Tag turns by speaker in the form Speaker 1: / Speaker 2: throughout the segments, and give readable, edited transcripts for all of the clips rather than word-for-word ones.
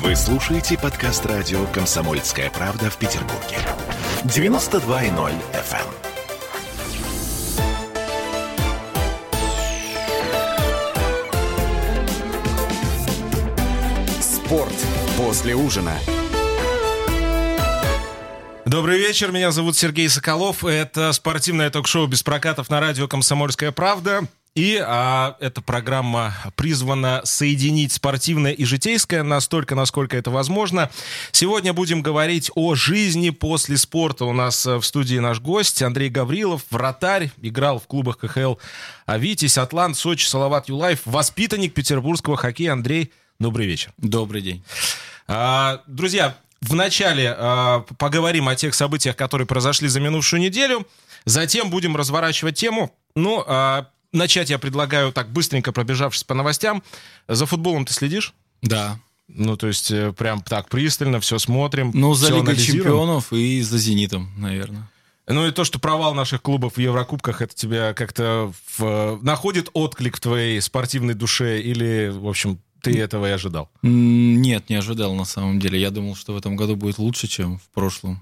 Speaker 1: Вы слушаете подкаст радио «Комсомольская правда» в Петербурге. 92.0 FM.
Speaker 2: Спорт после ужина.
Speaker 3: Добрый вечер, меня зовут Сергей Соколов. Это спортивное ток-шоу без прокатов на радио «Комсомольская правда». И эта программа призвана соединить спортивное и житейское настолько, насколько это возможно. Сегодня будем говорить о жизни после спорта. У нас в студии наш гость Андрей Гаврилов, вратарь, играл в клубах КХЛ «Витязь», «Атлант», «Сочи», «Салават Юлаев», воспитанник петербургского хоккея. Андрей, добрый вечер.
Speaker 4: Добрый день.
Speaker 3: Друзья, вначале поговорим о тех событиях, которые произошли за минувшую неделю. Затем будем разворачивать тему. Начать я предлагаю, так быстренько пробежавшись по новостям. За футболом ты следишь?
Speaker 4: Да.
Speaker 3: То есть прям так пристально все смотрим.
Speaker 4: За Лигой чемпионов и за «Зенитом», наверное.
Speaker 3: И то, что провал наших клубов в Еврокубках, это тебя как-то находит отклик в твоей спортивной душе? Или, в общем, ты этого и ожидал?
Speaker 4: Нет, не ожидал на самом деле. Я думал, что в этом году будет лучше, чем в прошлом.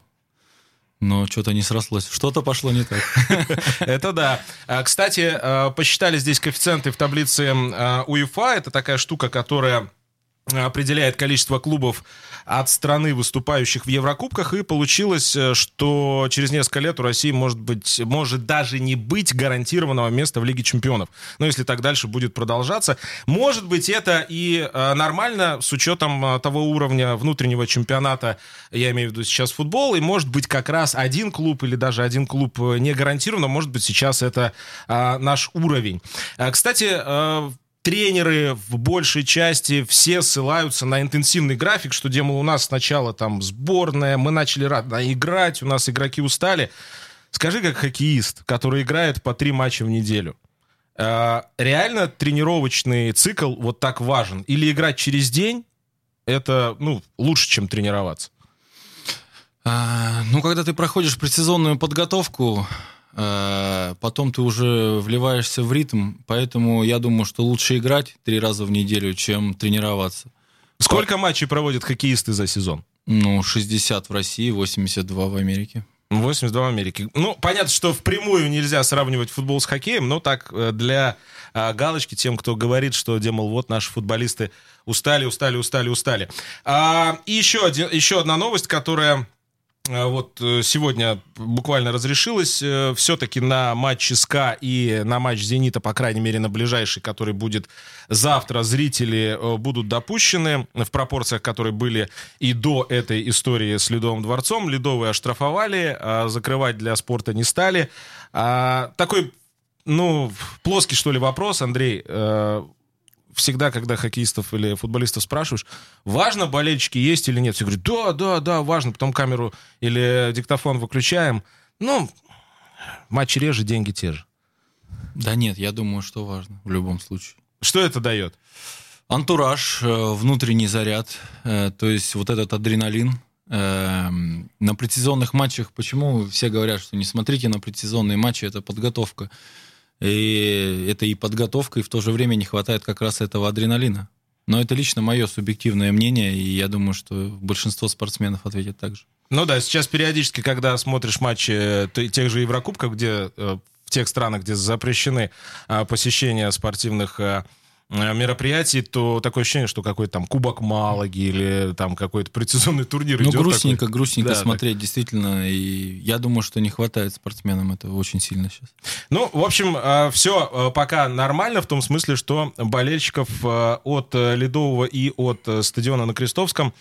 Speaker 4: Но что-то не срослось. Что-то пошло не так.
Speaker 3: Это да. Кстати, посчитали здесь коэффициенты в таблице УЕФА. Это такая штука, которая определяет количество клубов от страны, выступающих в Еврокубках, и получилось, что через несколько лет у России может даже не быть гарантированного места в Лиге чемпионов. Если так дальше будет продолжаться. Может быть, это и нормально с учетом того уровня внутреннего чемпионата, я имею в виду сейчас футбол, и может быть как раз один клуб или даже один клуб не гарантированно, может быть сейчас это наш уровень. Кстати, тренеры в большей части все ссылаются на интенсивный график, что, дескать, у нас сначала там сборная, мы начали рано играть, у нас игроки устали. Скажи, как хоккеист, который играет по 3 матча в неделю, реально тренировочный цикл вот так важен? Или играть через день это лучше, чем тренироваться?
Speaker 4: Когда ты проходишь предсезонную подготовку, потом ты уже вливаешься в ритм, поэтому я думаю, что лучше играть 3 раза в неделю, чем тренироваться.
Speaker 3: Сколько матчей проводят хоккеисты за сезон?
Speaker 4: 60 в России, 82 в Америке.
Speaker 3: 82 в Америке. Понятно, что впрямую нельзя сравнивать футбол с хоккеем, но так для галочки тем, кто говорит, что, вот наши футболисты устали. И еще одна новость, которая сегодня буквально разрешилась. Все-таки на матч СКА и на матч «Зенита», по крайней мере, на ближайший, который будет завтра, зрители будут допущены в пропорциях, которые были и до этой истории с Ледовым дворцом. Ледовые оштрафовали, закрывать для спорта не стали. Такой, плоский, что ли, вопрос, Андрей. Всегда, когда хоккеистов или футболистов спрашиваешь, важно, болельщики есть или нет? Все говорят, да, важно. Потом камеру или диктофон выключаем. Матчи реже, деньги те же.
Speaker 4: Да нет, я думаю, что важно в любом случае.
Speaker 3: Что это дает?
Speaker 4: Антураж, внутренний заряд, то есть вот этот адреналин. На предсезонных матчах, почему все говорят, что не смотрите на предсезонные матчи, это подготовка. И это и подготовка, и в то же время не хватает как раз этого адреналина. Но это лично мое субъективное мнение, и я думаю, что большинство спортсменов ответят так же.
Speaker 3: Сейчас периодически, когда смотришь матчи тех же Еврокубков, где в тех странах, где запрещены посещения спортивных мероприятий, то такое ощущение, что какой-то там Кубок Малаги или там какой-то предсезонный турнир идет.
Speaker 4: Грустненько смотреть, действительно. И я думаю, что не хватает спортсменам этого очень сильно сейчас.
Speaker 3: В общем, все пока нормально, в том смысле, что болельщиков от Ледового и от стадиона на Крестовском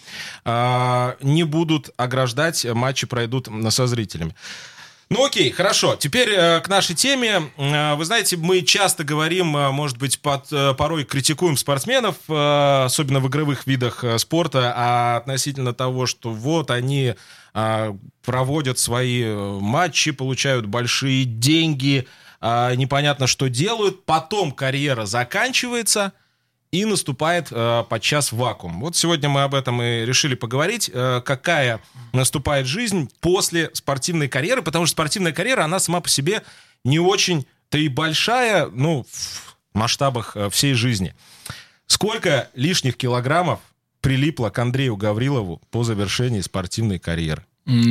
Speaker 3: не будут ограждать, матчи пройдут со зрителями. Окей, хорошо. Теперь к нашей теме. Вы знаете, мы часто говорим, может быть, порой критикуем спортсменов, особенно в игровых видах спорта, относительно того, что они проводят свои матчи, получают большие деньги, непонятно, что делают, потом карьера заканчивается, и наступает подчас вакуум. Сегодня мы об этом и решили поговорить, какая наступает жизнь после спортивной карьеры, потому что спортивная карьера, она сама по себе не очень-то и большая, в масштабах всей жизни. Сколько лишних килограммов прилипло к Андрею Гаврилову по завершении спортивной карьеры?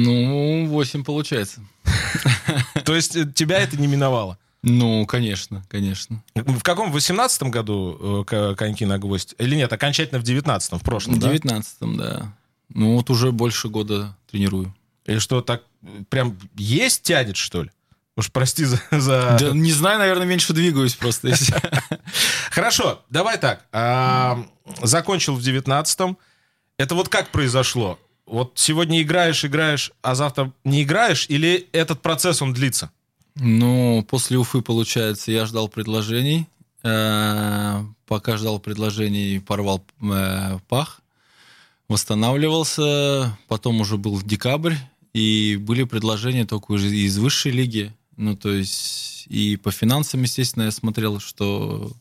Speaker 4: 8 получается.
Speaker 3: То есть тебя это не миновало?
Speaker 4: Конечно.
Speaker 3: В каком? В 18-м году коньки на гвоздь? Или нет, окончательно в 19-м, в прошлом,
Speaker 4: да? В 19-м, да. Вот уже больше года тренирую.
Speaker 3: И что, так прям есть тянет, что ли? Уж прости за...
Speaker 4: Да не знаю, наверное, меньше двигаюсь просто.
Speaker 3: Хорошо, давай так. Закончил в 19-м. Это вот как произошло? Вот сегодня играешь, а завтра не играешь? Или этот процесс, он длится?
Speaker 4: После Уфы, получается, я ждал предложений. Пока ждал предложений, порвал пах. Восстанавливался. Потом уже был декабрь. И были предложения только уже из высшей лиги. То есть и по финансам, естественно, я смотрел, что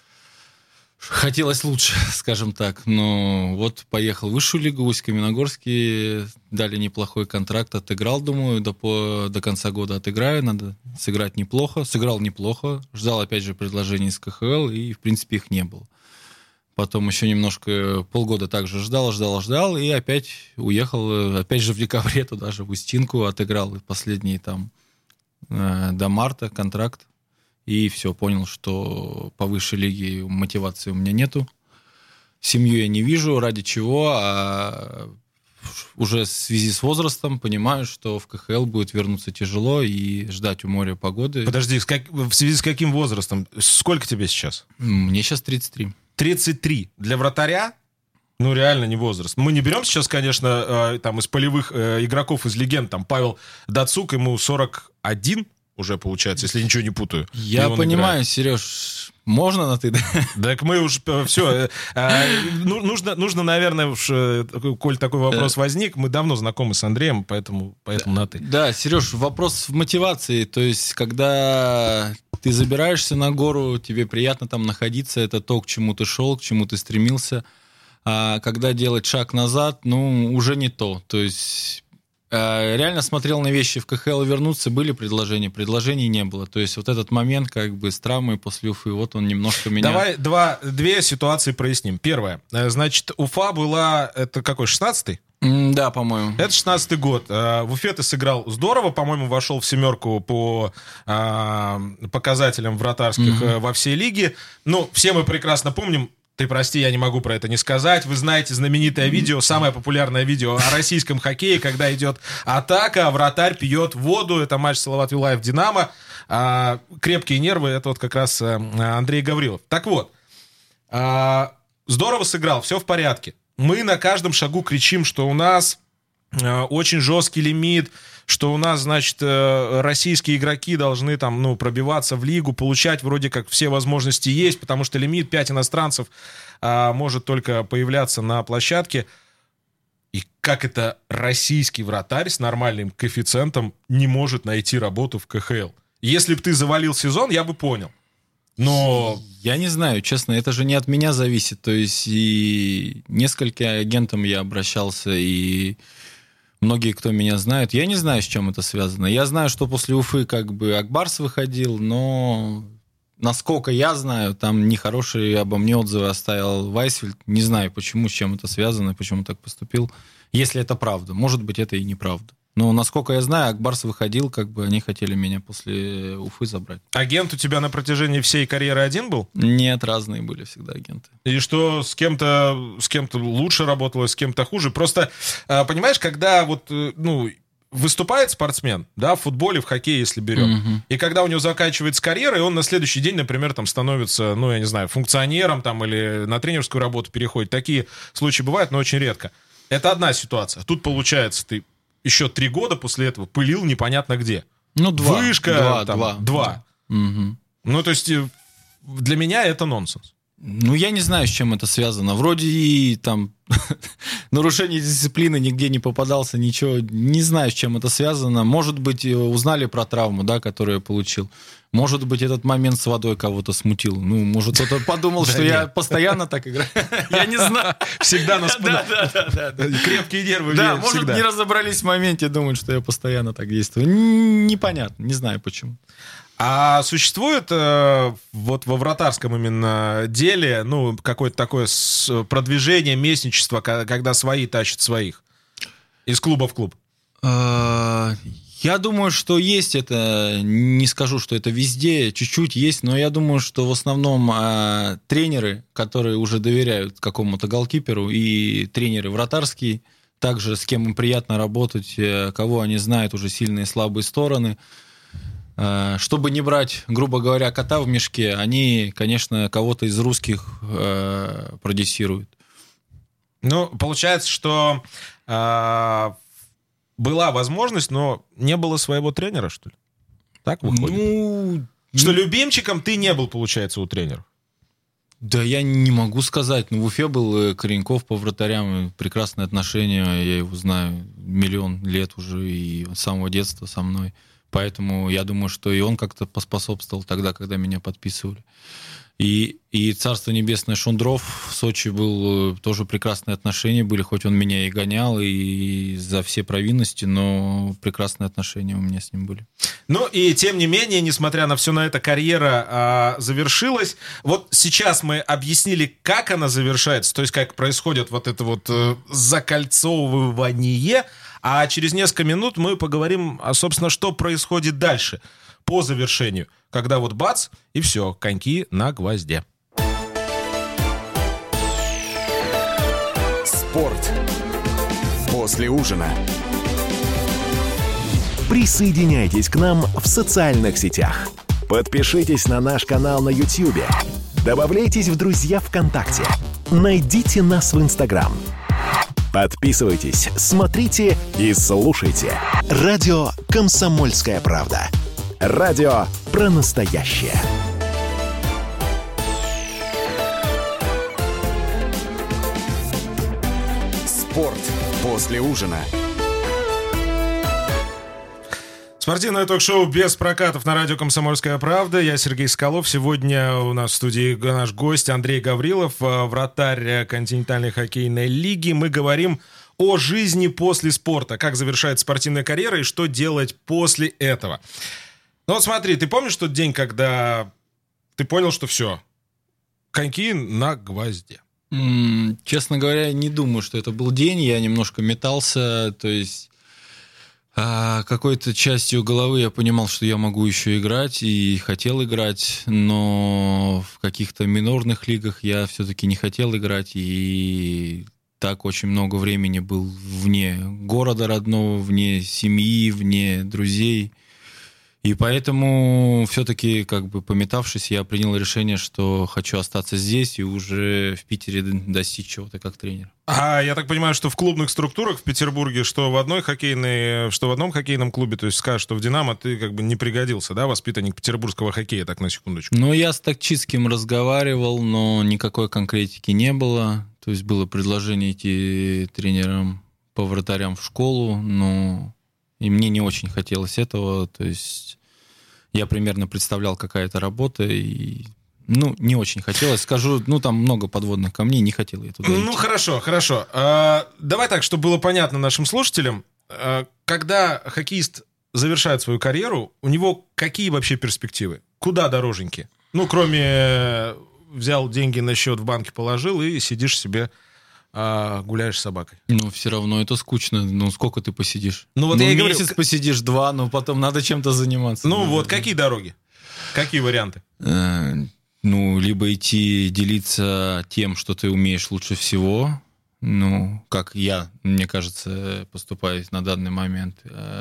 Speaker 4: хотелось лучше, скажем так. Но вот поехал в высшую лигу, Усть-Каменогорский, дали неплохой контракт, отыграл, думаю, до конца года отыграю, надо сыграть неплохо. Сыграл неплохо, ждал опять же предложений из КХЛ, и в принципе их не было. Потом еще немножко, полгода также ждал, и опять уехал, опять же в декабре туда же, в Устинку, отыграл последние там до марта контракт. И все, понял, что по высшей лиге мотивации у меня нету. Семью я не вижу, ради чего, а уже в связи с возрастом понимаю, что в КХЛ будет вернуться тяжело и ждать у моря погоды.
Speaker 3: Подожди, в связи с каким возрастом? Сколько тебе сейчас?
Speaker 4: Мне сейчас 33.
Speaker 3: 33. Для вратаря? Реально не возраст. Мы не берем сейчас, конечно, там из полевых игроков, из легенд, там Павел Дацук, ему 41 уже получается, если ничего не путаю.
Speaker 4: Я понимаю, играет. Сереж, можно на ты?
Speaker 3: Так мы уж все. Нужно, наверное, уж, коль такой вопрос возник, мы давно знакомы с Андреем, поэтому на ты.
Speaker 4: Да, Сереж, вопрос в мотивации. То есть, когда ты забираешься на гору, тебе приятно там находиться, это то, к чему ты шел, к чему ты стремился. А когда делать шаг назад, уже не то. То есть реально смотрел на вещи в КХЛ вернуться, были предложений не было. То есть вот этот момент с травмой после Уфы, вот он немножко меня...
Speaker 3: Давай две ситуации проясним. Первое. Значит, Уфа была, это какой, 16-й?
Speaker 4: Да, по-моему.
Speaker 3: Это 16-й год. В Уфе ты сыграл здорово, по-моему, вошел в семерку по показателям вратарских во всей лиге. Все мы прекрасно помним, ты прости, я не могу про это не сказать. Вы знаете знаменитое видео, самое популярное видео о российском хоккее, когда идет атака, а вратарь пьет воду. Это матч Салават Юлаев-Динамо. Крепкие нервы, это вот как раз Андрей Гаврилов. Так вот, здорово сыграл, все в порядке. Мы на каждом шагу кричим, что у нас очень жесткий лимит, что у нас, значит, российские игроки должны там, пробиваться в лигу, получать вроде как все возможности есть, потому что лимит 5 иностранцев может только появляться на площадке. И как это российский вратарь с нормальным коэффициентом не может найти работу в КХЛ? Если бы ты завалил сезон, я бы понял. Но...
Speaker 4: Я не знаю, честно, это же не от меня зависит. То есть и несколько агентам я обращался, и многие, кто меня знает, я не знаю, с чем это связано. Я знаю, что после Уфы Акбарс выходил, но насколько я знаю, там нехорошие обо мне отзывы оставил Вайсфельд. Не знаю, почему, с чем это связано, почему так поступил. Если это правда. Может быть, это и неправда. Но, насколько я знаю, Акбарс выходил, они хотели меня после Уфы забрать.
Speaker 3: Агент у тебя на протяжении всей карьеры один был?
Speaker 4: Нет, разные были всегда агенты.
Speaker 3: И что, с кем-то лучше работалось, с кем-то хуже? Просто, понимаешь, когда выступает спортсмен, да, в футболе, в хоккее, если берем, и когда у него заканчивается карьера, и он на следующий день, например, там становится, я не знаю, функционером там, или на тренерскую работу переходит. Такие случаи бывают, но очень редко. Это одна ситуация. Тут, получается, ты еще 3 года после этого пылил непонятно где.
Speaker 4: 2.
Speaker 3: Вышка,
Speaker 4: 2.
Speaker 3: Угу. То есть для меня это нонсенс.
Speaker 4: Я не знаю, с чем это связано. Вроде и там нарушение дисциплины, нигде не попадался, ничего. Не знаю, с чем это связано. Может быть, узнали про травму, да, которую я получил. Может быть, этот момент с водой кого-то смутил. Может, кто-то подумал, что я постоянно так играю. Я не знаю.
Speaker 3: Всегда нас...
Speaker 4: Да.
Speaker 3: Крепкие нервы.
Speaker 4: Да, может, не разобрались в моменте, думают, что я постоянно так действую. Непонятно, не знаю почему.
Speaker 3: А существует вот во вратарском именно деле, ну, какое-то такое продвижение, местничество, когда свои тащат своих из клуба в клуб?
Speaker 4: Я думаю, что есть это, не скажу, что это везде, чуть-чуть есть, но я думаю, что в основном тренеры, которые уже доверяют какому-то голкиперу, и тренеры вратарские, также с кем им приятно работать, кого они знают уже сильные и слабые стороны, чтобы не брать, грубо говоря, кота в мешке, они, конечно, кого-то из русских продюсируют.
Speaker 3: Ну, получается, что была возможность, но не было своего тренера, что ли? Так выходит?
Speaker 4: Ну,
Speaker 3: что любимчиком ты не был, получается, у тренеров?
Speaker 4: Да я не могу сказать. Ну, в Уфе был Кореньков по вратарям, прекрасные отношения, я его знаю миллион лет уже, и с самого детства со мной. Поэтому я думаю, что и он как-то поспособствовал тогда, когда меня подписывали. И Царство Небесное Шундров в Сочи был тоже прекрасные отношения были, хоть он меня и гонял, и за все провинности, но прекрасные отношения у меня с ним были.
Speaker 3: Ну и тем не менее, несмотря на все на это, карьера завершилась. Вот сейчас мы объяснили, как она завершается, то есть как происходит вот это вот закольцовывание, а через несколько минут мы поговорим, собственно, что происходит дальше по завершению, когда вот бац, и все, коньки на гвозде.
Speaker 2: Спорт после ужина.
Speaker 1: Присоединяйтесь к нам в социальных сетях. Подпишитесь на наш канал на YouTube. Добавляйтесь в друзья ВКонтакте. Найдите нас в Инстаграм. Подписывайтесь, смотрите и слушайте. Радио «Комсомольская правда». Радио про настоящее.
Speaker 2: Спорт после ужина.
Speaker 3: Спортивное ток-шоу без прокатов на радио «Комсомольская правда». Я Сергей Соколов. Сегодня у нас в студии наш гость Андрей Гаврилов, вратарь континентальной хоккейной лиги. Мы говорим о жизни после спорта, как завершается спортивная карьера и что делать после этого. Ну вот смотри, ты помнишь тот день, когда ты понял, что все, коньки на гвозде?
Speaker 4: Честно говоря, не думаю, что это был день. Я немножко метался, то есть какой-то частью головы я понимал, что я могу еще играть и хотел играть, но в каких-то минорных лигах я все-таки не хотел играть, и так очень много времени был вне города родного, вне семьи, вне друзей. И поэтому все-таки, как бы пометавшись, я принял решение, что хочу остаться здесь и уже в Питере достичь чего-то как тренер.
Speaker 3: А я так понимаю, что в клубных структурах в Петербурге, что в одном хоккейном клубе, то есть скажешь, что в «Динамо» ты как бы не пригодился, да, воспитанник петербургского хоккея, так на секундочку.
Speaker 4: Ну, я с Токчицким разговаривал, но никакой конкретики не было. То есть было предложение идти тренером по вратарям в школу, но и мне не очень хотелось этого, то есть я примерно представлял, какая это работа, и, не очень хотелось. Скажу, там много подводных камней, не хотел я туда идти.
Speaker 3: Ну, хорошо. Давай так, чтобы было понятно нашим слушателям, когда хоккеист завершает свою карьеру, у него какие вообще перспективы? Куда дороженьки? Кроме взял деньги на счет в банке, положил и сидишь себе... гуляешь с собакой.
Speaker 4: Все равно это скучно. Сколько ты посидишь?
Speaker 3: Я и говорю,
Speaker 4: месяц посидишь, 2, но потом надо чем-то заниматься.
Speaker 3: Какие дороги? Какие варианты?
Speaker 4: Либо идти делиться тем, что ты умеешь лучше всего, как я, мне кажется, поступаю на данный момент.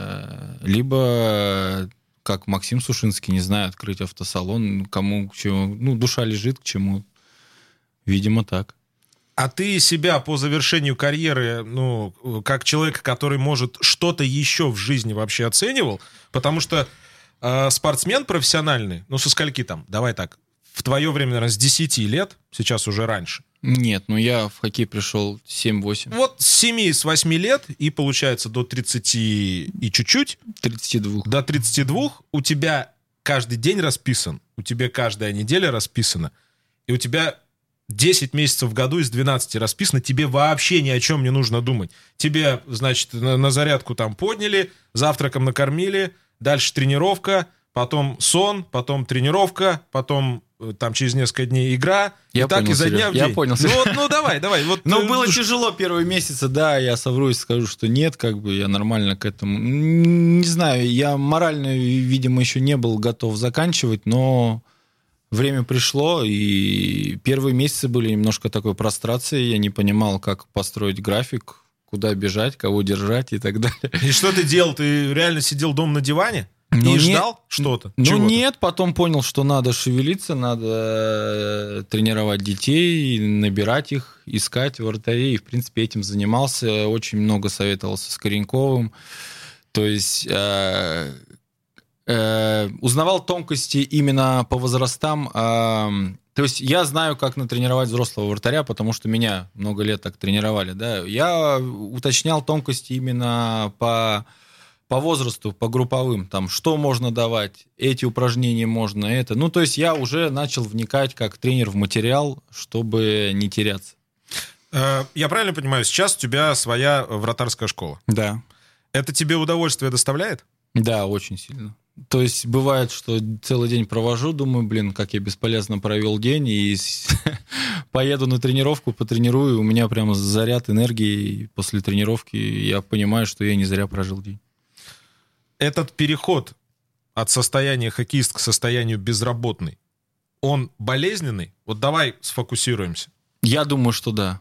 Speaker 4: Либо, как Максим Сушинский, не знаю, открыть автосалон, кому к чему, душа лежит к чему. Видимо, так.
Speaker 3: А ты себя по завершению карьеры, как человека, который может что-то еще в жизни вообще оценивал? Потому что спортсмен профессиональный, со скольки там, давай так, в твое время, наверное, с 10 лет, сейчас уже раньше.
Speaker 4: Нет, я в хоккей пришел 7-8.
Speaker 3: Вот с 7-8 лет и, получается, до 30 и чуть-чуть.
Speaker 4: 32.
Speaker 3: До 32 у тебя каждый день расписан, у тебя каждая неделя расписана, и у тебя 10 месяцев в году из 12 расписано, тебе вообще ни о чем не нужно думать. Тебе, значит, на зарядку там подняли, завтраком накормили, дальше тренировка, потом сон, потом тренировка, потом там через несколько дней игра.
Speaker 4: Я
Speaker 3: и так
Speaker 4: понял,
Speaker 3: изо дня
Speaker 4: Сереж,
Speaker 3: в день.
Speaker 4: я понял.
Speaker 3: Ну, давай. Вот,
Speaker 4: Было тяжело первые месяцы, да, я соврусь, скажу, что нет, как бы я нормально к этому. Не знаю, я морально, видимо, еще не был готов заканчивать, но время пришло, и первые месяцы были немножко такой прострации, я не понимал, как построить график, куда бежать, кого держать и так далее.
Speaker 3: И что ты делал? Ты реально сидел дома на диване? И ждал что-то?
Speaker 4: Нет, потом понял, что надо шевелиться, надо тренировать детей, набирать их, искать вратарей. И, в принципе, этим занимался. Очень много советовался с Кореньковым. То есть узнавал тонкости именно по возрастам. То есть я знаю, как натренировать взрослого вратаря, потому что меня много лет так тренировали. Да? Я уточнял тонкости именно по возрасту, по групповым, там, что можно давать, эти упражнения можно, это. Ну, то есть я уже начал вникать как тренер в материал, чтобы не теряться.
Speaker 3: Я правильно понимаю, сейчас у тебя своя вратарская школа?
Speaker 4: Да.
Speaker 3: Это тебе удовольствие доставляет?
Speaker 4: Да, очень сильно. То есть бывает, что целый день провожу, думаю, блин, как я бесполезно провел день, и поеду на тренировку, потренирую, у меня прямо заряд энергии, и после тренировки я понимаю, что я не зря прожил день.
Speaker 3: Этот переход от состояния хоккеиста к состоянию безработный, он болезненный? Вот давай сфокусируемся.
Speaker 4: Я думаю, что да.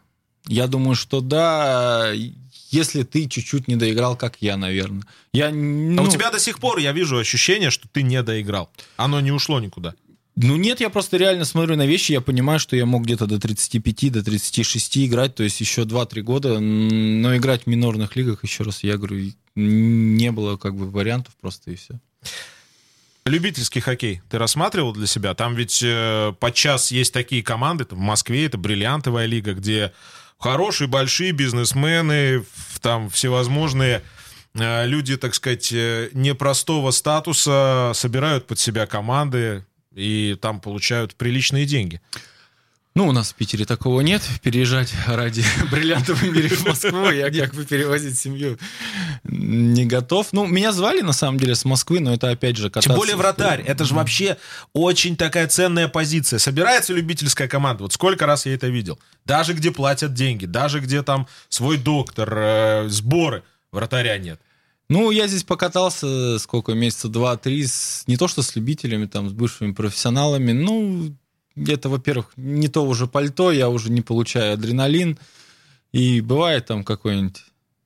Speaker 4: Если ты чуть-чуть не доиграл, как я, наверное.
Speaker 3: А у тебя до сих пор, я вижу ощущение, что ты не доиграл. Оно не ушло никуда.
Speaker 4: Нет, я просто реально смотрю на вещи, я понимаю, что я мог где-то до 35, до 36 играть, то есть еще 2-3 года, но играть в минорных лигах, еще раз, я говорю, не было как бы вариантов просто и все.
Speaker 3: Любительский хоккей ты рассматривал для себя? Там ведь подчас есть такие команды, в Москве это бриллиантовая лига, где хорошие, большие бизнесмены, там всевозможные люди, так сказать, непростого статуса собирают под себя команды и там получают приличные деньги.
Speaker 4: У нас в Питере такого нет. Переезжать ради бриллиантовой мире в Москву, я как бы перевозить семью не готов. Меня звали, на самом деле, с Москвы, но это опять же кататься.
Speaker 3: Тем более вратарь. Это же вообще очень такая ценная позиция. Собирается любительская команда. Вот сколько раз я это видел. Даже где платят деньги, даже где там свой доктор, сборы. Вратаря нет.
Speaker 4: Я здесь покатался сколько, месяца 2-3, не то что с любителями, там, с бывшими профессионалами, это, во-первых, не то уже пальто, я уже не получаю адреналин. И бывает там какой-нибудь,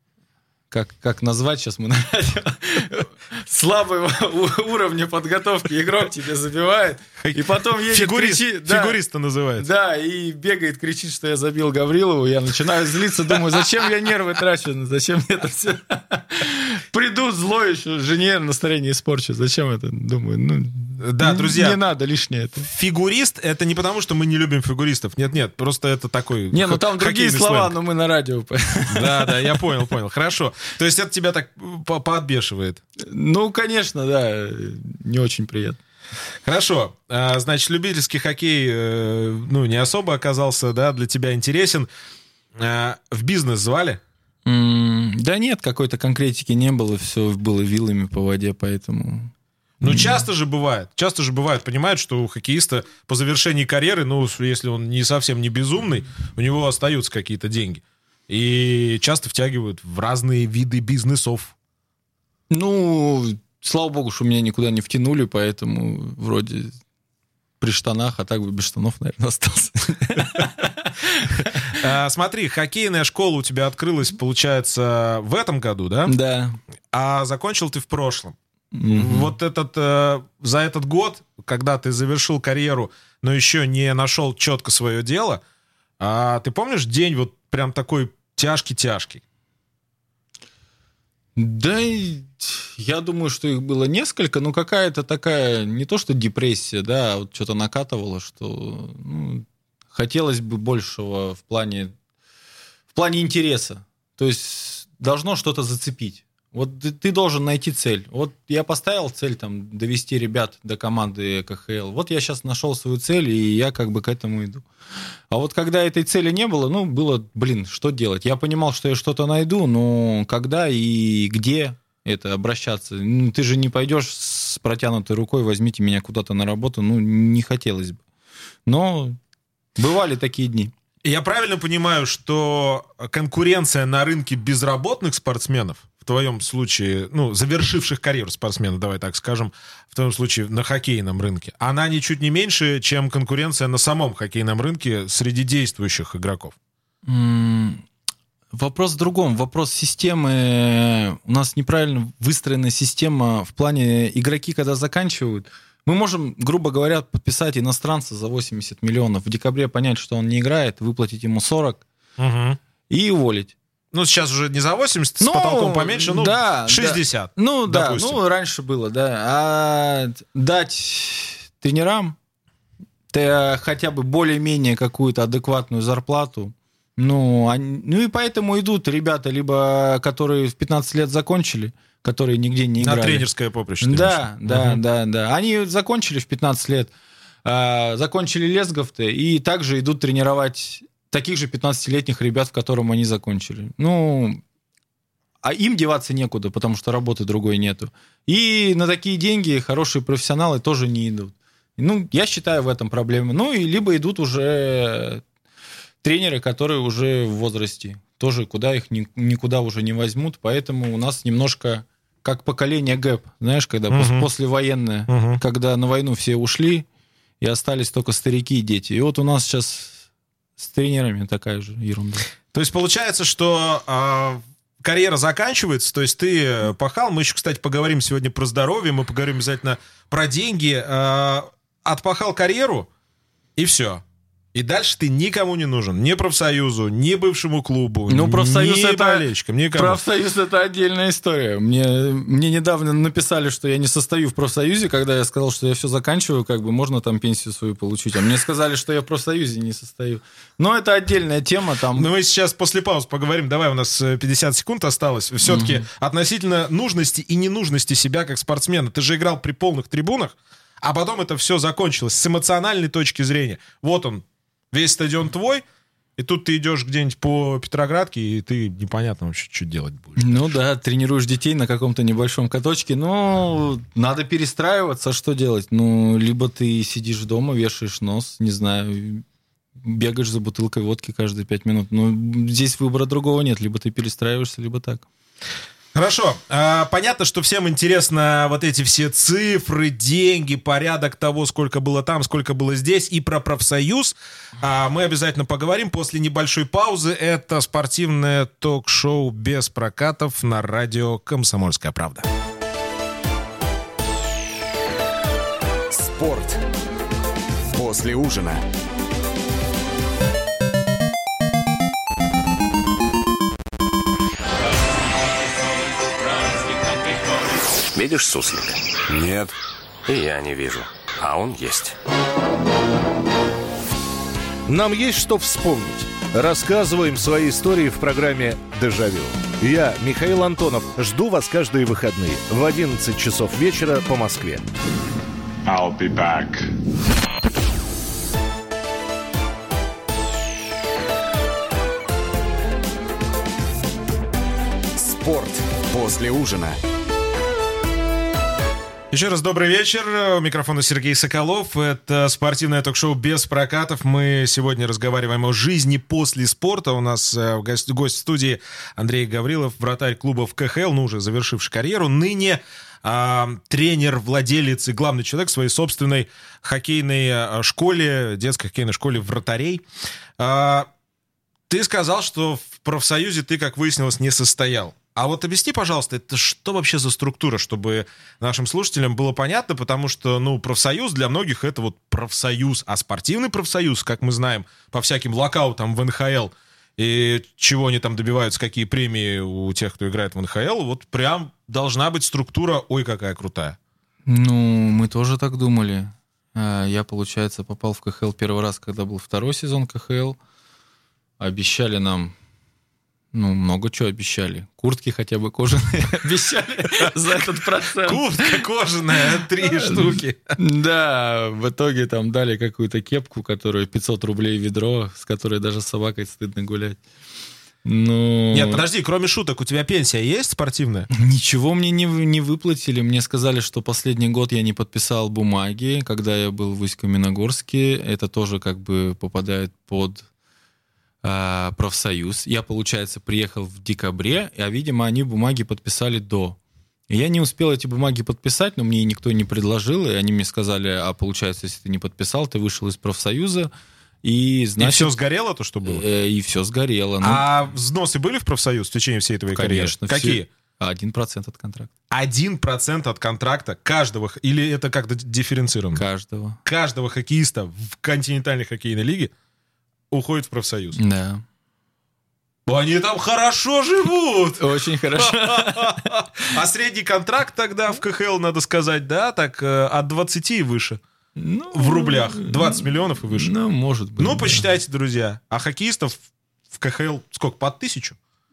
Speaker 4: как назвать сейчас мы на радио, слабого уровня подготовки игрок тебе забивает. И потом едет, кричит.
Speaker 3: Фигуриста называется.
Speaker 4: Да, и бегает, кричит, что я забил Гаврилову. Я начинаю злиться, думаю, зачем я нервы трачу, зачем мне это все. Приду злой еще, жене настроение испорчу. Зачем это? Думаю,
Speaker 3: да, друзья,
Speaker 4: не надо лишнее это.
Speaker 3: Фигурист — это не потому, что мы не любим фигуристов. Нет, просто это такой
Speaker 4: там другие слова, сленг. Но мы на радио.
Speaker 3: Да, я понял. Хорошо. То есть это тебя так поотбешивает?
Speaker 4: Конечно, да. Не очень приятно.
Speaker 3: Хорошо. Значит, любительский хоккей, не особо оказался, да, для тебя интересен. В бизнес звали?
Speaker 4: Да нет, какой-то конкретики не было. Все было вилами по воде, поэтому...
Speaker 3: часто же бывает, понимают, что у хоккеиста по завершении карьеры, если он не совсем не безумный, у него остаются какие-то деньги. И часто втягивают в разные виды бизнесов.
Speaker 4: Слава богу, что меня никуда не втянули, поэтому вроде при штанах, а так бы без штанов, наверное, остался.
Speaker 3: Смотри, хоккейная школа у тебя открылась, получается, в этом году, да?
Speaker 4: Да.
Speaker 3: А закончил ты в прошлом. Вот за этот год, когда ты завершил карьеру, но еще не нашел четко свое дело, ты помнишь день вот прям такой тяжкий-тяжкий?
Speaker 4: Да, я думаю, что их было несколько, но какая-то такая, не то что депрессия, да, вот что-то накатывало, что хотелось бы большего в плане интереса. То есть должно что-то зацепить. Вот ты должен найти цель. Вот я поставил цель там довести ребят до команды КХЛ. Вот я сейчас нашел свою цель, и я как бы к этому иду. А вот когда этой цели не было, было, что делать? Я понимал, что я что-то найду, но когда и где, это обращаться. Ну, ты же не пойдешь с протянутой рукой, возьмите меня куда-то на работу, ну, не хотелось бы. Но бывали такие дни.
Speaker 3: Я правильно понимаю, что конкуренция на рынке безработных спортсменов, в твоем случае, ну, завершивших карьеру спортсменов, давай так скажем, в твоем случае на хоккейном рынке, она ничуть не меньше, чем конкуренция на самом хоккейном рынке среди действующих игроков?
Speaker 4: Вопрос в другом. Вопрос системы. У нас неправильно выстроена система в плане игроки, когда заканчивают. Мы можем, грубо говоря, подписать иностранца за 80 миллионов. В декабре понять, что он не играет, выплатить ему 40 и уволить.
Speaker 3: Ну, сейчас уже не за 80, с потолком поменьше, ну, да, 60.
Speaker 4: Да. Ну,
Speaker 3: допустим.
Speaker 4: да, ну, раньше было, да. А дать тренерам хотя бы более-менее какую-то адекватную зарплату. Ну и поэтому идут ребята, либо которые в 15 лет закончили, которые нигде не играли.
Speaker 3: На тренерское поприще.
Speaker 4: Да. Они закончили в 15 лет, закончили Лесговты, и также идут тренировать таких же 15-летних ребят, в котором они закончили. Ну, а им деваться некуда, потому что работы другой нету. И на такие деньги хорошие профессионалы тоже не идут. Ну, я считаю, в этом проблема. Ну, и либо идут уже тренеры, которые уже в возрасте. Тоже куда их никуда уже не возьмут. Поэтому у нас немножко как поколение гэп. Знаешь, когда послевоенное, когда на войну все ушли, и остались только старики и дети. И вот у нас сейчас с тренерами такая же ерунда.
Speaker 3: То есть получается, что карьера заканчивается, то есть ты пахал, мы еще, кстати, поговорим сегодня про здоровье, мы поговорим обязательно про деньги, отпахал карьеру, и все. И дальше ты никому не нужен. Ни профсоюзу, ни бывшему клубу, ни болельщикам, никому.
Speaker 4: Профсоюз — это отдельная история. Мне недавно написали, что я не состою в профсоюзе, когда я сказал, что я все заканчиваю, как бы можно там пенсию свою получить. А мне сказали, что я в профсоюзе не состою. Но это отдельная тема. Там.
Speaker 3: Ну, мы сейчас после паузы поговорим. Давай, у нас 50 секунд осталось. Все-таки относительно нужности и ненужности себя как спортсмена. Ты же играл при полных трибунах, а потом это все закончилось с эмоциональной точки зрения. Вот он, весь стадион твой, и тут ты идешь где-нибудь по Петроградке, и ты непонятно вообще, что делать будешь.
Speaker 4: Ну да, тренируешь детей на каком-то небольшом каточке, но надо перестраиваться, что делать? Ну, либо ты сидишь дома, вешаешь нос, не знаю, бегаешь за бутылкой водки каждые 5 минут. Ну, здесь выбора другого нет, либо ты перестраиваешься, либо так.
Speaker 3: Хорошо. Понятно, что всем интересно вот эти все цифры, деньги, порядок того, сколько было там, сколько было здесь, и про профсоюз. Мы обязательно поговорим после небольшой паузы. Это спортивное ток-шоу без прокатов на радио «Комсомольская правда».
Speaker 2: Спорт после ужина.
Speaker 5: Видишь суслика?
Speaker 2: Нет.
Speaker 5: И я не вижу. А он есть.
Speaker 6: Нам есть что вспомнить. Рассказываем свои истории в программе «Дежавю». Я, Михаил Антонов, жду вас каждые выходные в 11 часов вечера по Москве.
Speaker 7: I'll be back.
Speaker 2: Спорт после ужина.
Speaker 3: Еще раз добрый вечер. У микрофона Сергей Соколов. Это спортивное ток-шоу без прокатов. Мы сегодня разговариваем о жизни после спорта. У нас гость в студии Андрей Гаврилов, вратарь клубов КХЛ, ну уже завершивший карьеру. Ныне тренер, владелец и главный человек своей собственной хоккейной школе, детской хоккейной школе вратарей. Ты сказал, что в профсоюзе ты, как выяснилось, не состоял. А вот объясни, пожалуйста, это что вообще за структура, чтобы нашим слушателям было понятно, потому что, ну, профсоюз для многих это вот профсоюз, а спортивный профсоюз, как мы знаем, по всяким локаутам в НХЛ, и чего они там добиваются, какие премии у тех, кто играет в НХЛ, вот прям должна быть структура, ой, какая крутая.
Speaker 4: Ну, мы тоже так думали. Я, получается, попал в КХЛ первый раз, когда был второй сезон КХЛ. Обещали нам... Ну, много чего обещали. Куртки хотя бы кожаные обещали за этот процент.
Speaker 3: Куртка кожаная, 3 штуки.
Speaker 4: Да, в итоге там дали какую-то кепку, которая 500 рублей ведро, с которой даже с собакой стыдно гулять. Ну...
Speaker 3: Нет, подожди, кроме шуток, у тебя пенсия есть спортивная?
Speaker 4: Ничего мне не выплатили. Мне сказали, что последний год я не подписал бумаги, когда я был в Усть-Каменогорске. Это тоже как бы попадает под профсоюз. Я, получается, приехал в декабре, а, видимо, они бумаги подписали до. И я не успел эти бумаги подписать, но мне никто не предложил, и они мне сказали, а получается, если ты не подписал, ты вышел из профсоюза, и значит...
Speaker 3: И все сгорело, то, что было?
Speaker 4: И все сгорело.
Speaker 3: А взносы были в профсоюз в течение всей твоей карьеры?
Speaker 4: Конечно.
Speaker 3: Какие?
Speaker 4: 1% от контракта.
Speaker 3: 1% от контракта каждого, или это как-то дифференцировано? Каждого хоккеиста в континентальной хоккейной лиге уходит в профсоюз.
Speaker 4: Да.
Speaker 3: Они там хорошо живут!
Speaker 4: Очень хорошо.
Speaker 3: А средний контракт тогда в КХЛ, надо сказать, да, так от 20 и выше.
Speaker 4: Ну,
Speaker 3: в рублях. 20 миллионов и выше.
Speaker 4: Ну, может быть.
Speaker 3: Ну, посчитайте, друзья. А хоккеистов в КХЛ сколько? Под 1000?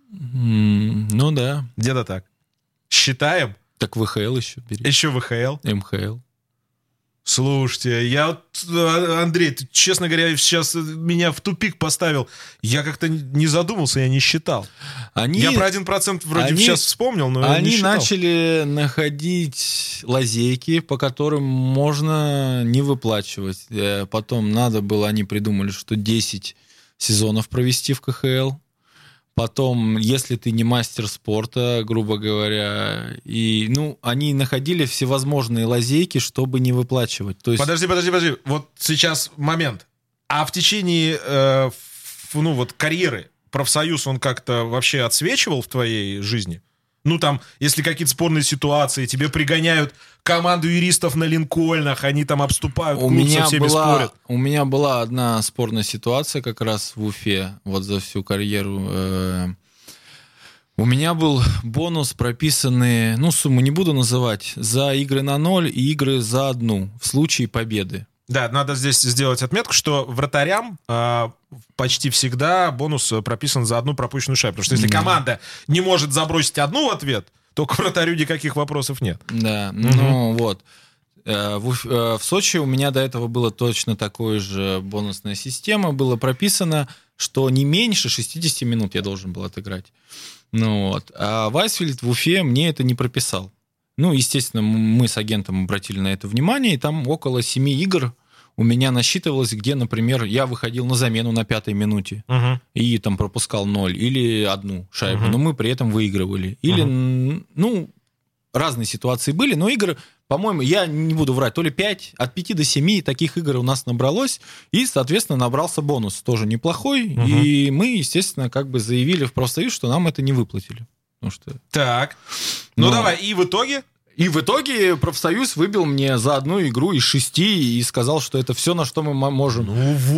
Speaker 4: Ну, да.
Speaker 3: Где-то так. Считаем.
Speaker 4: Так ВХЛ еще бери.
Speaker 3: Еще ВХЛ.
Speaker 4: МХЛ.
Speaker 3: Слушайте, Андрей, ты, честно говоря, сейчас меня в тупик поставил. Я как-то не задумался, я не считал. Я про 1% вроде сейчас вспомнил, но я не считал.
Speaker 4: Они начали находить лазейки, по которым можно не выплачивать. Потом надо было, они придумали, что 10 сезонов провести в КХЛ. Потом, если ты не мастер спорта, грубо говоря, и, они находили всевозможные лазейки, чтобы не выплачивать. То есть...
Speaker 3: Подожди. Вот сейчас момент. А в течение карьеры профсоюз, он как-то вообще отсвечивал в твоей жизни? Ну, там, если какие-то спорные ситуации, тебе пригоняют команду юристов на Линкольнах, они там обступают клуб, со всеми спорят.
Speaker 4: У меня была одна спорная ситуация как раз в Уфе, вот за всю карьеру. У меня был бонус прописанный, сумму не буду называть, за игры на 0 и игры за 1 в случае победы.
Speaker 3: Да, надо здесь сделать отметку, что вратарям почти всегда бонус прописан за 1 пропущенную шайбу. Потому что если команда не может забросить 1 в ответ, то к вратарю никаких вопросов нет.
Speaker 4: Да, вот. В Сочи у меня до этого была точно такая же бонусная система. Было прописано, что не меньше 60 минут я должен был отыграть. А Вайсфельд в Уфе мне это не прописал. Естественно, мы с агентом обратили на это внимание, и там около 7 игр у меня насчитывалось, где, например, я выходил на замену на 5-й минуте и там пропускал 0 или 1 шайбу, но мы при этом выигрывали. Или, разные ситуации были, но игры, по-моему, я не буду врать, то ли 5, от 5 до 7 таких игр у нас набралось, и, соответственно, набрался бонус, тоже неплохой, и мы, естественно, как бы заявили в профсоюз, что нам это не выплатили.
Speaker 3: Так. Давай, и в итоге?
Speaker 4: И в итоге профсоюз выбил мне за 1 игру из 6 и сказал, что это все, на что мы можем.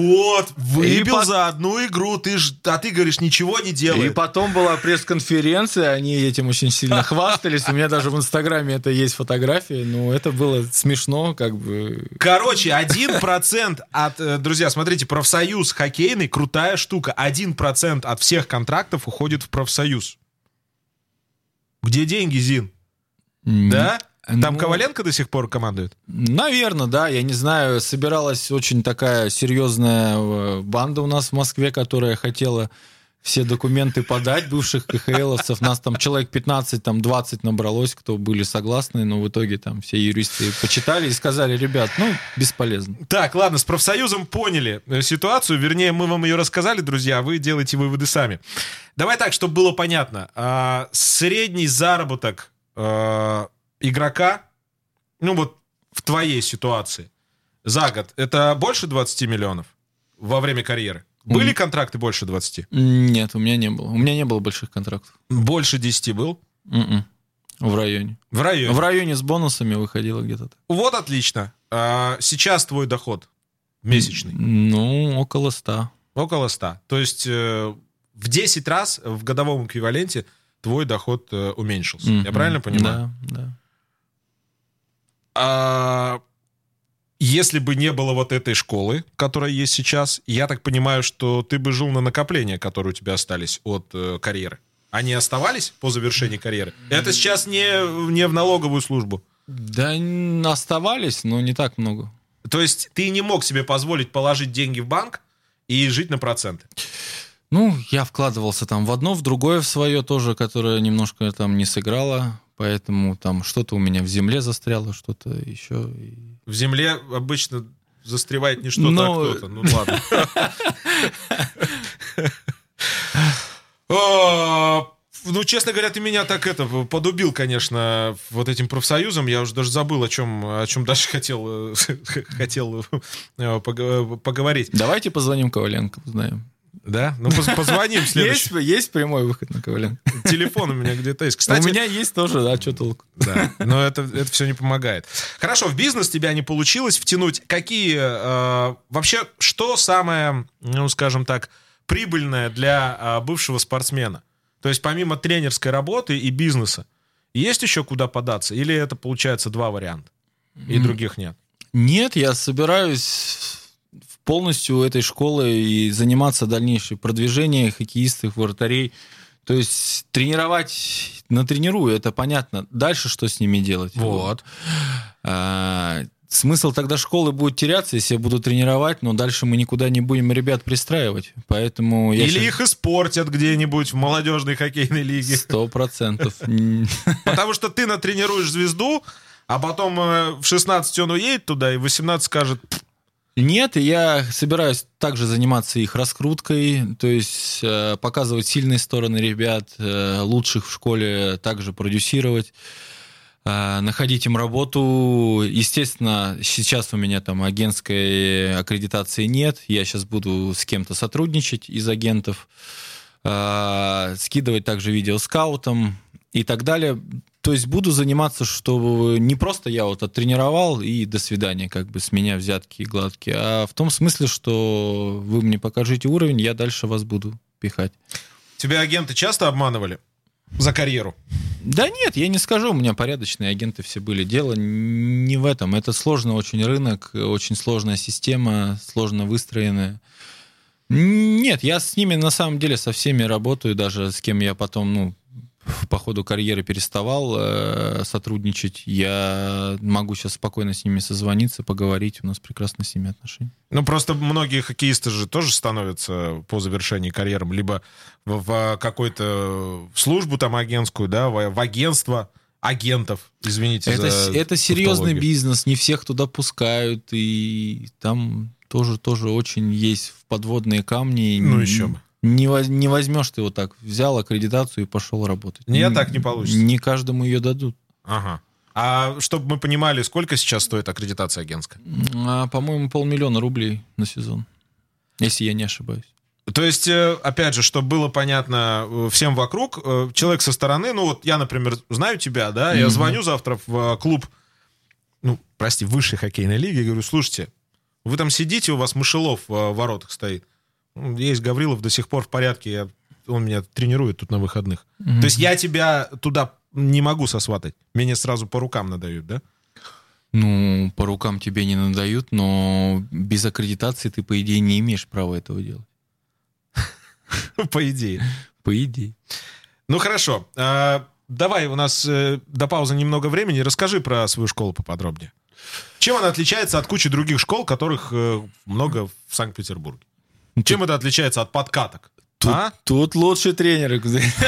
Speaker 3: Выбил за 1 игру, а ты говоришь, ничего не делай.
Speaker 4: И потом была пресс-конференция, они этим очень сильно хвастались, у меня даже в Инстаграме это есть фотографии, это было смешно, как бы.
Speaker 3: Короче, 1% от... Друзья, смотрите, профсоюз хоккейный, крутая штука, 1% от всех контрактов уходит в профсоюз. Где деньги, Зин? Да? Там Коваленко до сих пор командует?
Speaker 4: Наверное, да. Я не знаю. Собиралась очень такая серьезная банда у нас в Москве, которая хотела все документы подать, бывших КХЛовцев. Нас там человек 15, там 20 набралось, кто были согласны, но в итоге там все юристы почитали и сказали, ребят, бесполезно.
Speaker 3: Так, ладно, с профсоюзом поняли ситуацию, вернее, мы вам ее рассказали, друзья, а вы делаете выводы сами. Давай так, чтобы было понятно. Средний заработок игрока, в твоей ситуации, за год, это больше 20 миллионов во время карьеры? Были контракты больше 20?
Speaker 4: Нет, у меня не было. У меня не было больших контрактов.
Speaker 3: Больше 10 был?
Speaker 4: В районе.
Speaker 3: В районе?
Speaker 4: В районе с бонусами выходило где-то так.
Speaker 3: Вот отлично. Сейчас твой доход месячный?
Speaker 4: Около 100.
Speaker 3: Около 100. То есть в 10 раз в годовом эквиваленте твой доход уменьшился. Я правильно понимаю?
Speaker 4: Да.
Speaker 3: Если бы не было вот этой школы, которая есть сейчас, я так понимаю, что ты бы жил на накопления, которые у тебя остались от карьеры. Они оставались по завершении карьеры? Это сейчас не в налоговую службу?
Speaker 4: Да, оставались, но не так много.
Speaker 3: То есть ты не мог себе позволить положить деньги в банк и жить на проценты?
Speaker 4: Ну, я вкладывался там в одно, в другое, в свое тоже, которое немножко там не сыграло, поэтому там что-то у меня в земле застряло, что-то еще.
Speaker 3: В земле обычно застревает не что-то, а кто-то. Ну, ладно. Ну, честно говоря, ты меня так подубил, конечно, вот этим профсоюзом. Я уже даже забыл, о чем дальше хотел поговорить.
Speaker 4: Давайте позвоним Коваленко, узнаем.
Speaker 3: Да? Ну, позвоним в следующий.
Speaker 4: Есть прямой выход на Коваленко?
Speaker 3: Телефон у меня где-то есть. Кстати,
Speaker 4: у меня есть тоже, да, что толку?
Speaker 3: Да, но это все не помогает. Хорошо, в бизнес тебя не получилось втянуть. Вообще, что самое, ну, скажем так, прибыльное для бывшего спортсмена? То есть помимо тренерской работы и бизнеса, есть еще куда податься? Или это, получается, два варианта? И других нет?
Speaker 4: Нет, я собираюсь полностью этой школой и заниматься дальнейшим продвижением хоккеистов, вратарей. То есть тренировать натренирую, это понятно. Дальше что с ними делать?
Speaker 3: Вот.
Speaker 4: Смысл тогда школы будет теряться, если я буду тренировать, но дальше мы никуда не будем ребят пристраивать. Поэтому
Speaker 3: Или их испортят где-нибудь в молодежной хоккейной лиге.
Speaker 4: 100%.
Speaker 3: Потому что ты натренируешь звезду, а потом в 16 он уедет туда, и в 18 скажет...
Speaker 4: Нет, я собираюсь также заниматься их раскруткой, то есть показывать сильные стороны ребят, лучших в школе также продюсировать, находить им работу. Естественно, сейчас у меня там агентской аккредитации нет, я сейчас буду с кем-то сотрудничать из агентов, скидывать также видео скаутам и так далее. То есть буду заниматься, чтобы не просто я вот оттренировал и до свидания, как бы с меня взятки гладкие, а в том смысле, что вы мне покажите уровень, я дальше вас буду пихать.
Speaker 3: Тебя агенты часто обманывали за карьеру?
Speaker 4: Да нет, я не скажу, у меня порядочные агенты все были. Дело не в этом. Это сложный очень рынок, очень сложная система, сложно выстроенная. Нет, я с ними на самом деле со всеми работаю, даже с кем я потом, по ходу карьеры переставал сотрудничать. Я могу сейчас спокойно с ними созвониться, поговорить. У нас прекрасно с ними отношения.
Speaker 3: Ну, просто многие хоккеисты же тоже становятся по завершении карьеры либо в какую-то службу там агентскую, да, в агентство агентов, извините
Speaker 4: это серьезный бизнес, не всех туда пускают, и там тоже очень есть подводные камни.
Speaker 3: Ну, еще бы.
Speaker 4: Не возьмешь ты вот так, взял аккредитацию и пошел работать.
Speaker 3: Так не получится.
Speaker 4: Не каждому ее дадут.
Speaker 3: Ага. А чтобы мы понимали, сколько сейчас стоит аккредитация агентская?
Speaker 4: По-моему, 500 000 рублей на сезон, если я не ошибаюсь.
Speaker 3: То есть, опять же, чтобы было понятно всем вокруг, человек со стороны, я, например, знаю тебя, да, я звоню завтра в клуб, высшей хоккейной лиги, говорю, слушайте, вы там сидите, у вас мышелов в воротах стоит. Есть Гаврилов до сих пор в порядке, он меня тренирует тут на выходных. То есть я тебя туда не могу сосватать. Меня сразу по рукам надают, да?
Speaker 4: По рукам тебе не надают, но без аккредитации ты, по идее, не имеешь права этого делать.
Speaker 3: По идее.
Speaker 4: По идее.
Speaker 3: Ну, хорошо. Давай, у нас до паузы немного времени. Расскажи про свою школу поподробнее. Чем она отличается от кучи других школ, которых много в Санкт-Петербурге? Чем это отличается от подкаток?
Speaker 4: Тут лучший тренер,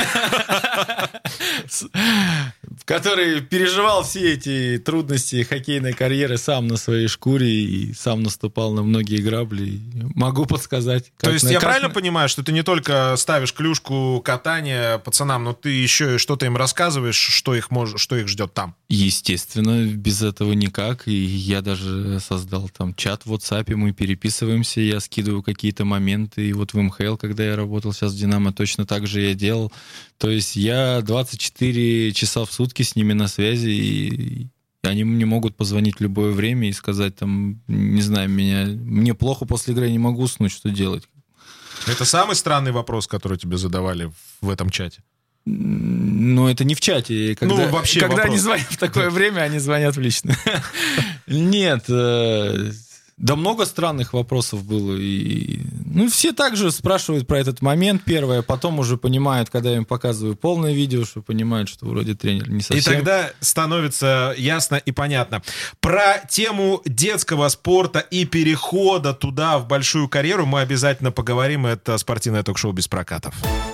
Speaker 4: который переживал все эти трудности хоккейной карьеры сам на своей шкуре и сам наступал на многие грабли. Могу подсказать.
Speaker 3: То есть я правильно понимаю, что ты не только ставишь клюшку катания пацанам, но ты еще и что-то им рассказываешь, что их ждет там?
Speaker 4: Естественно, без этого никак. И я даже создал там чат в WhatsApp, мы переписываемся, я скидываю какие-то моменты. И вот в МХЛ, когда я работал сейчас в «Динамо», точно так же я делал. То есть я 24 часа в сутки с ними на связи, и они мне могут позвонить в любое время и сказать, там, не знаю, мне плохо после игры, я не могу уснуть, что делать.
Speaker 3: Это самый странный вопрос, который тебе задавали в этом чате?
Speaker 4: Это не в чате. Когда они звонят в такое время, они звонят в лично. Нет, да много странных вопросов было, и Все также спрашивают про этот момент первое, потом уже понимают, когда я им показываю полное видео, что понимают, что вроде тренер не совсем.
Speaker 3: И тогда становится ясно и понятно. Про тему детского спорта и перехода туда в большую карьеру мы обязательно поговорим. Это спортивное ток-шоу «Без прокатов».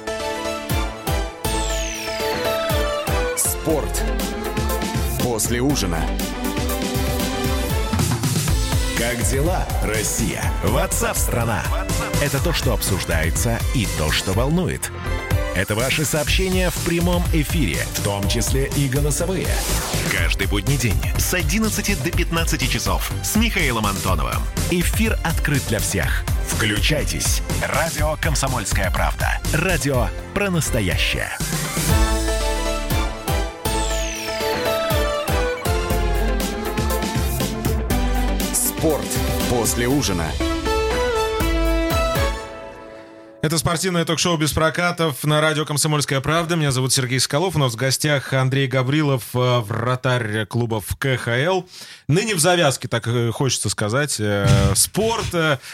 Speaker 2: Спорт после ужина.
Speaker 1: Как дела, Россия? WhatsApp-страна! Это то, что обсуждается, и то, что волнует. Это ваши сообщения в прямом эфире, в том числе и голосовые. Каждый будний день с 11 до 15 часов с Михаилом Антоновым. Эфир открыт для всех. Включайтесь. Радио «Комсомольская правда». Радио про настоящее.
Speaker 2: Спорт после ужина.
Speaker 3: Это спортивное ток-шоу «Без прокатов» на радио «Комсомольская правда». Меня зовут Сергей Соколов. У нас в гостях Андрей Гаврилов, вратарь клубов КХЛ. Ныне в завязке, так хочется сказать. Спорт,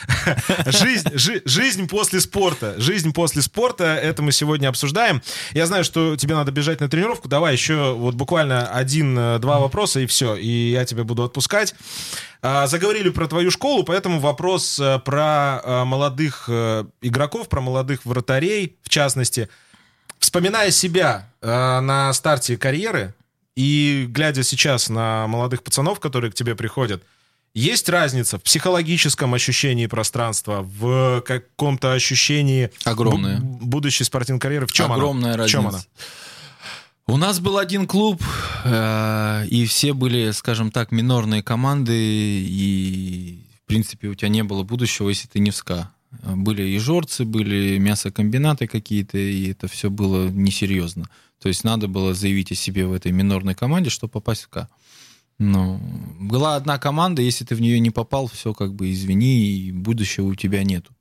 Speaker 3: жизнь после спорта. Жизнь после спорта. Это мы сегодня обсуждаем. Я знаю, что тебе надо бежать на тренировку. Давай еще вот буквально 1-2 вопроса, и все. И я тебя буду отпускать. Заговорили про твою школу, поэтому вопрос про молодых игроков, про молодых вратарей, в частности. Вспоминая себя на старте карьеры и глядя сейчас на молодых пацанов, которые к тебе приходят, есть разница в психологическом ощущении пространства, в каком-то ощущении
Speaker 4: Огромная.
Speaker 3: Будущей спортивной карьеры? В чем
Speaker 4: Огромная
Speaker 3: она?
Speaker 4: разница.
Speaker 3: В чем она?
Speaker 4: У нас был один клуб, и все были, скажем так, минорные команды, и, в принципе, у тебя не было будущего, если ты не в СКА. Были и жорцы, были мясокомбинаты какие-то, и это все было несерьезно. То есть надо было заявить о себе в этой минорной команде, чтобы попасть в СКА. Но была одна команда, если ты в нее не попал, все как бы извини, и будущего у тебя нету.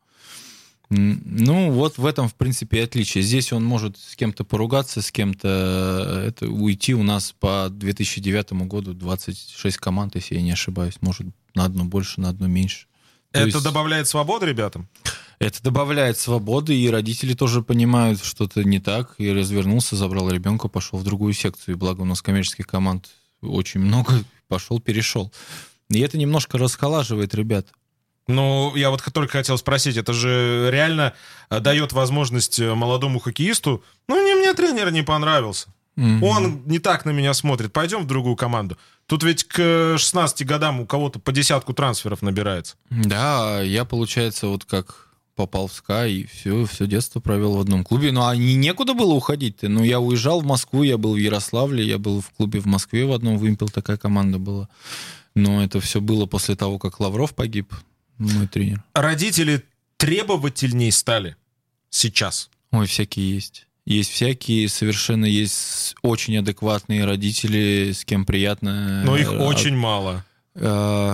Speaker 4: Вот в этом, в принципе, и отличие. Здесь он может с кем-то поругаться, с кем-то уйти. У нас по 2009 году 26 команд, если я не ошибаюсь. Может, на одну больше, на одну меньше.
Speaker 3: Это добавляет свободы ребятам?
Speaker 4: Это добавляет свободы, и родители тоже понимают, что-то не так. И развернулся, забрал ребенка, пошел в другую секцию. И благо у нас коммерческих команд очень много. Пошел, перешел. И это немножко расхолаживает ребят.
Speaker 3: Ну, я вот только хотел спросить, это же реально дает возможность молодому хоккеисту, мне тренер не понравился. Он не так на меня смотрит, пойдем в другую команду. Тут ведь к 16 годам у кого-то по 10 трансферов набирается.
Speaker 4: Да, я, получается, вот как попал в СКА и все детство провел в одном клубе. А некуда было уходить-то. Я уезжал в Москву, я был в Ярославле, я был в клубе в Москве в одном, «Вымпел», такая команда была. Но это все было после того, как Лавров погиб. Мой тренер.
Speaker 3: Родители требовательней стали сейчас?
Speaker 4: Ой, всякие есть. Есть всякие, совершенно есть очень адекватные родители, с кем приятно.
Speaker 3: Но их очень мало.
Speaker 4: Да.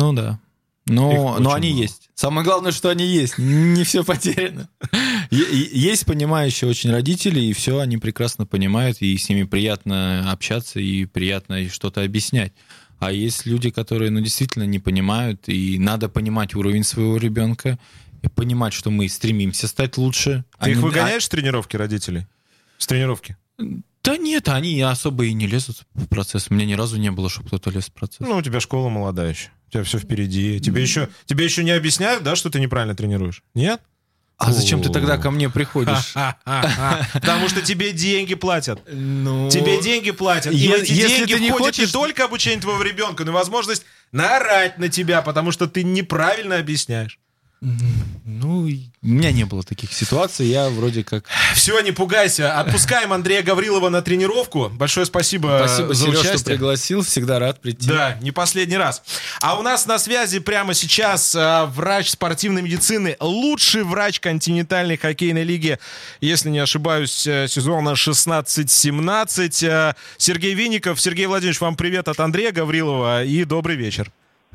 Speaker 4: Но они есть. Самое главное, что они есть. Не все потеряно. Есть понимающие очень родители, и все они прекрасно понимают, и с ними приятно общаться, и приятно что-то объяснять. А есть люди, которые, действительно не понимают, и надо понимать уровень своего ребенка, и понимать, что мы стремимся стать лучше.
Speaker 3: Ты их выгоняешь с тренировки родителей? С тренировки?
Speaker 4: Да нет, они особо и не лезут в процесс. У меня ни разу не было, чтобы кто-то лез в процесс.
Speaker 3: У тебя школа молодая еще. У тебя все впереди. Тебе еще не объясняют, да, что ты неправильно тренируешь? Нет?
Speaker 4: А зачем ты тогда ко мне приходишь?
Speaker 3: Потому что тебе деньги платят. Тебе деньги платят. И в эти деньги входит не только обучение твоего ребенка, но и возможность наорать на тебя, потому что ты неправильно объясняешь.
Speaker 4: У меня не было таких ситуаций, я вроде как...
Speaker 3: Все, не пугайся. Отпускаем Андрея Гаврилова на тренировку. Большое спасибо за
Speaker 4: Сереж,
Speaker 3: участие.
Speaker 4: что пригласил, всегда рад прийти.
Speaker 3: Да, не последний раз. А у нас на связи прямо сейчас врач спортивной медицины, лучший врач континентальной хоккейной лиги, если не ошибаюсь, сезона 16-17. Сергей Винников. Сергей Владимирович, вам привет от Андрея Гаврилова и добрый вечер.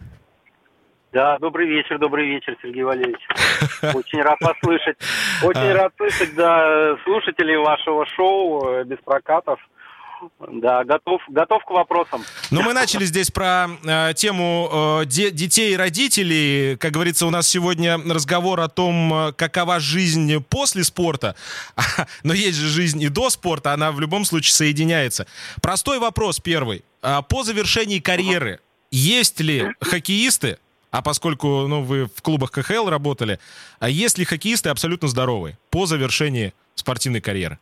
Speaker 8: Да, добрый вечер, Сергей Валерьевич. Очень рад вас слышать. Очень рад слышать, да, слушателей вашего шоу «Без прокатов». Да, готов к вопросам.
Speaker 3: Ну, мы начали здесь про тему детей и родителей. Как говорится, у нас сегодня разговор о том, какова жизнь после спорта. Но есть же жизнь и до спорта, она в любом случае соединяется. Простой вопрос первый. По завершении карьеры есть ли хоккеисты, а поскольку вы в клубах КХЛ работали, есть ли хоккеисты абсолютно здоровые по завершении спортивной карьеры?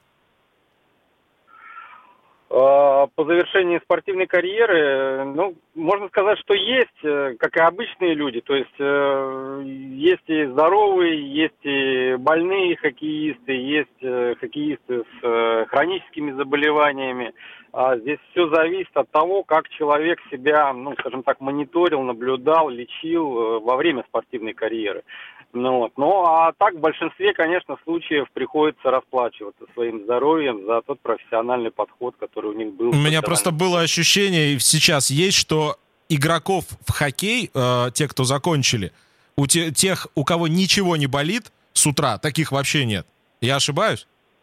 Speaker 8: По завершении спортивной карьеры, можно сказать, что есть, как и обычные люди. То есть есть и здоровые, есть и больные хоккеисты, есть хоккеисты с хроническими заболеваниями. Здесь все зависит от того, как человек себя, скажем так, мониторил, наблюдал, лечил во время спортивной карьеры. Ну а так в большинстве, конечно, случаев приходится расплачиваться своим здоровьем за тот профессиональный подход, который у них был.
Speaker 3: У меня просто было ощущение, и сейчас есть, что игроков в хоккей, те, кто закончили, тех, у кого ничего не болит с утра, таких вообще нет. Я ошибаюсь?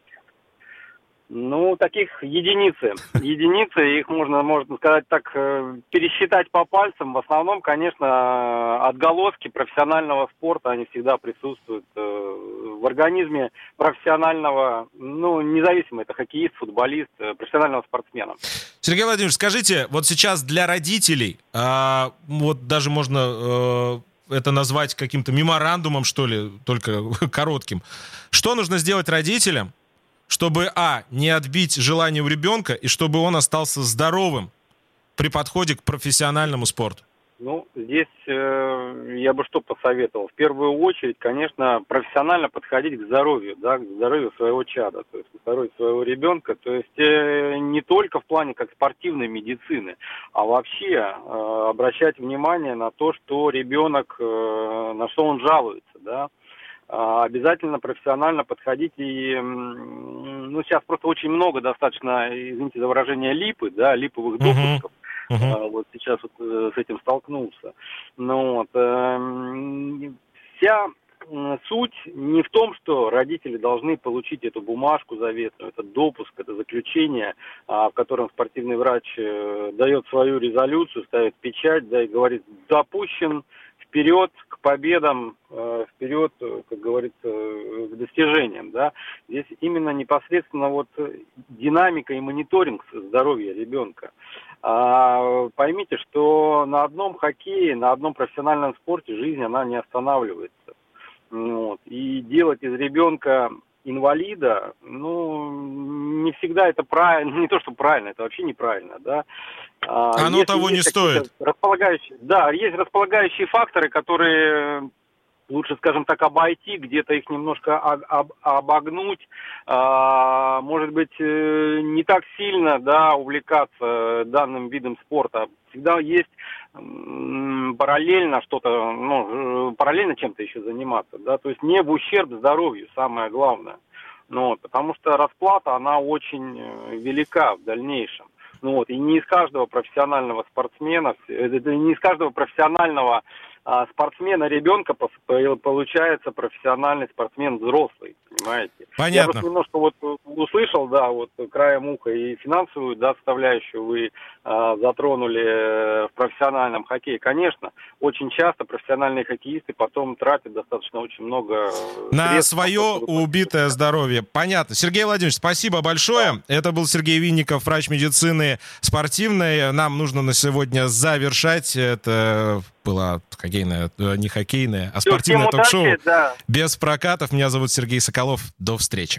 Speaker 8: Таких единицы. Их можно сказать так, пересчитать по пальцам. В основном, конечно, отголоски профессионального спорта, они всегда присутствуют в организме профессионального, независимо, это хоккеист, футболист, профессионального спортсмена.
Speaker 3: Сергей Владимирович, скажите, вот сейчас для родителей, вот даже можно это назвать каким-то меморандумом, что ли, только коротким. Что нужно сделать родителям, чтобы, не отбить желание у ребенка, и чтобы он остался здоровым при подходе к профессиональному спорту?
Speaker 8: Здесь я бы что посоветовал? В первую очередь, конечно, профессионально подходить к здоровью, к здоровью своего чада, то есть к здоровью своего ребенка, то есть не только в плане как спортивной медицины, а вообще обращать внимание на то, что ребенок, на что он жалуется, обязательно профессионально подходить и, сейчас просто очень много достаточно, извините за выражение, липовых допусков. Вот сейчас с этим столкнулся. Вся суть не в том, что родители должны получить эту бумажку заветную, этот допуск, это заключение, в котором спортивный врач дает свою резолюцию, ставит печать, и говорит: допущен, вперед к победам, вперед, как говорится, к достижениям. Здесь именно непосредственно динамика и мониторинг здоровья ребенка. Поймите, что на одном хоккее, на одном профессиональном спорте жизнь, она не останавливается. И делать из ребенка инвалида, не всегда это правильно, не то, что правильно, это вообще неправильно,
Speaker 3: Оно того не стоит.
Speaker 8: Есть располагающие факторы, которые лучше, скажем так, обойти, где-то их немножко обогнуть, может быть, не так сильно, увлекаться данным видом спорта. Всегда есть параллельно параллельно чем-то еще заниматься, то есть не в ущерб здоровью, самое главное. Потому что расплата, она очень велика в дальнейшем. И не из каждого профессионального спортсмена, не из каждого профессионального спортсмена ребенка получается профессиональный спортсмен взрослый, понимаете?
Speaker 3: Понятно.
Speaker 8: Я просто немножко услышал, краем уха, и финансовую составляющую вы затронули в профессиональном хоккее. Конечно, очень часто профессиональные хоккеисты потом тратят достаточно очень много
Speaker 3: на
Speaker 8: средств,
Speaker 3: свое убитое здоровье. Понятно. Сергей Владимирович, спасибо большое. Это был Сергей Винников, врач медицины спортивной. Нам нужно на сегодня завершать. Это была не хоккейная, а спортивное ток-шоу без прокатов. Меня зовут Сергей Соколов. До встречи.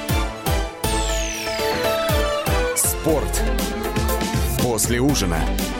Speaker 2: Спорт после ужина.